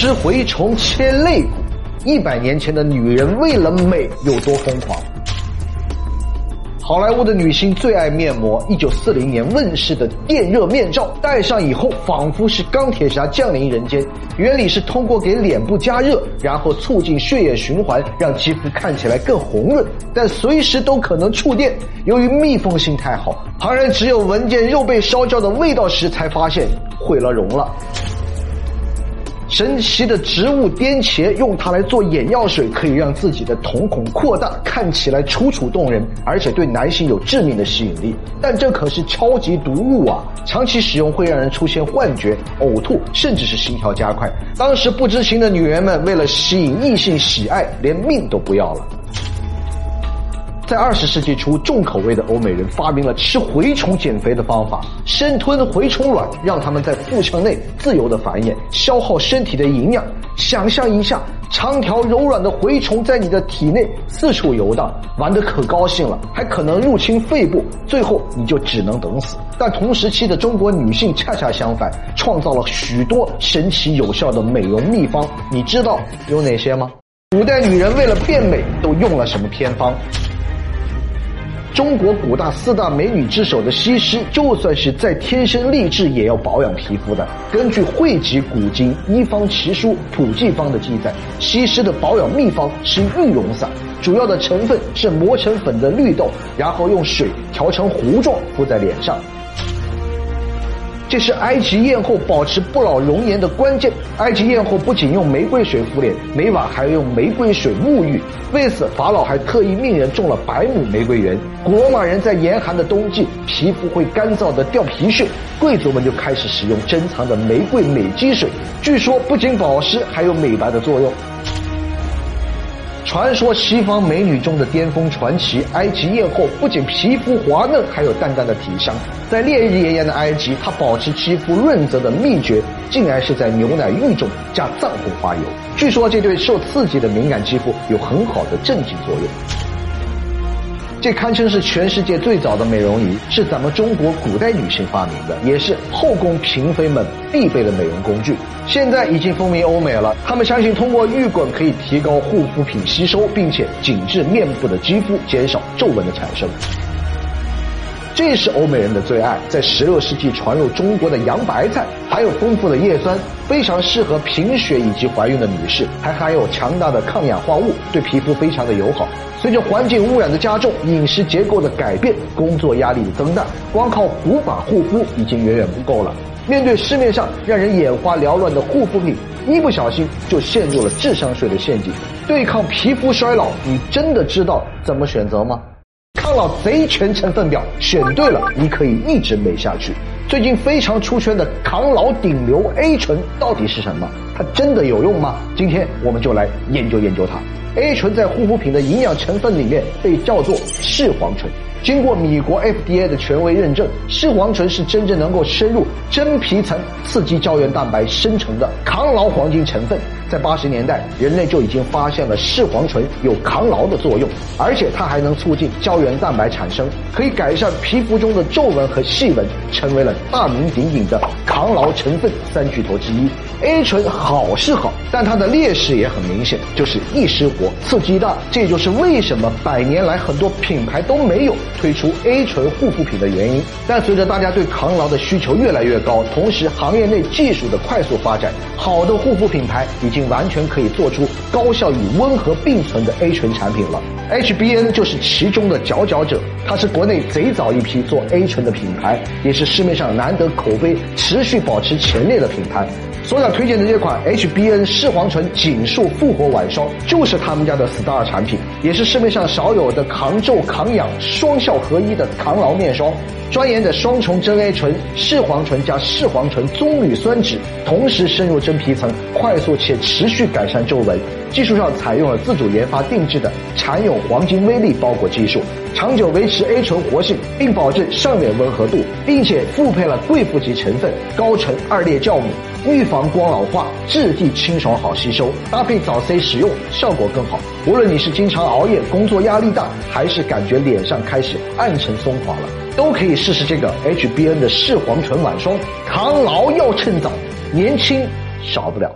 吃蛔虫切肋骨，100年前的女人为了美有多疯狂？好莱坞的女星最爱面膜，1940年问世的电热面罩，戴上以后仿佛是钢铁侠降临人间。原理是通过给脸部加热，然后促进血液循环，让肌肤看起来更红润，但随时都可能触电。由于密封性太好，旁人只有闻见肉被烧焦的味道时才发现毁了容了。神奇的植物颠茄，用它来做眼药水，可以让自己的瞳孔扩大，看起来楚楚动人，而且对男性有致命的吸引力。但这可是超级毒物啊！长期使用会让人出现幻觉、呕吐，甚至是心跳加快。当时不知情的女人们为了吸引异性喜爱，连命都不要了。在20世纪初，重口味的欧美人发明了吃蛔虫减肥的方法，生吞蛔虫卵，让它们在腹腔内自由的繁衍，消耗身体的营养。想象一下，长条柔软的蛔虫在你的体内四处游荡，玩得可高兴了，还可能入侵肺部，最后你就只能等死。但同时期的中国女性恰恰相反，创造了许多神奇有效的美容秘方，你知道有哪些吗？古代女人为了变美都用了什么偏方？中国古大4大美女之首的西施，就算是再天生丽质，也要保养皮肤的。根据汇集古今医方奇书普济方的记载，西施的保养秘方是玉容散，主要的成分是磨成粉的绿豆，然后用水调成糊状敷在脸上。这是埃及艳后保持不老容颜的关键。埃及艳后不仅用玫瑰水敷脸，每晚还要用玫瑰水沐浴。为此，法老还特意命人种了100亩玫瑰园。古罗马人在严寒的冬季，皮肤会干燥的掉皮屑，贵族们就开始使用珍藏的玫瑰美肌水，据说不仅保湿，还有美白的作用。传说西方美女中的巅峰传奇，埃及艳后不仅皮肤滑嫩，还有淡淡的体香。在烈日炎炎的埃及，她保持肌肤润泽的秘诀，竟然是在牛奶浴中加藏红花油。据说这对受刺激的敏感肌肤有很好的镇静作用。这堪称是全世界最早的美容仪，是咱们中国古代女性发明的，也是后宫嫔妃们必备的美容工具。现在已经风靡欧美了，他们相信通过浴滚可以提高护肤品吸收，并且紧致面部的肌肤，减少皱纹的产生。这是欧美人的最爱，在16世纪传入中国的洋白菜含有丰富的叶酸，非常适合贫血以及怀孕的女士，还含有强大的抗氧化物，对皮肤非常的友好。随着环境污染的加重，饮食结构的改变，工作压力的增大，光靠古法护肤已经远远不够了。面对市面上让人眼花缭乱的护肤品，一不小心就陷入了智商税的陷阱。对抗皮肤衰老，你真的知道怎么选择吗？抗老贼全成分表选对了，你可以一直美下去。最近非常出圈的抗老顶流 A 醇到底是什么？它真的有用吗？今天我们就来研究研究它。A 醇在护肤品的营养成分里面被叫做视黄醇，经过米国 FDA 的权威认证，视黄醇是真正能够深入真皮层刺激胶原蛋白生成的抗老黄金成分。在80年代，人类就已经发现了视黄醇有抗老的作用，而且它还能促进胶原蛋白产生，可以改善皮肤中的皱纹和细纹，成为了大名鼎鼎的抗老成分3巨头之一。A 醇好是好，但它的劣势也很明显，就是易失活、刺激大。这就是为什么100年来很多品牌都没有推出 A 醇护肤品的原因。但随着大家对抗老的需求越来越高，同时行业内技术的快速发展，好的护肤品牌已经完全可以做出高效与温和并存的 A 醇产品了。HBN 就是其中的佼佼者，它是国内贼早一批做 A 醇的品牌，也是市面上难得口碑持续保持前列的品牌。所想推荐的这款 HBN 视黄醇紧束复活晚霜就是他们家的 star 产品，也是市面上少有的抗皱抗氧双效合一的抗老面霜。专研的双重真 A 醇、视黄醇加视黄醇棕榈酸酯同时深入真皮层，快速且持续改善皱纹。技术上采用了自主研发定制的蚕蛹黄金微粒包裹技术，长久维持 A 醇活性，并保证上脸温和度，并且复配了贵妇级成分高醇2列酵母，预防光老化，质地清爽好吸收，搭配早 C 使用效果更好。无论你是经常熬夜、工作压力大，还是感觉脸上开始暗沉松垮了，都可以试试这个 HBN 的视黄醇晚霜。抗老要趁早，年轻少不了。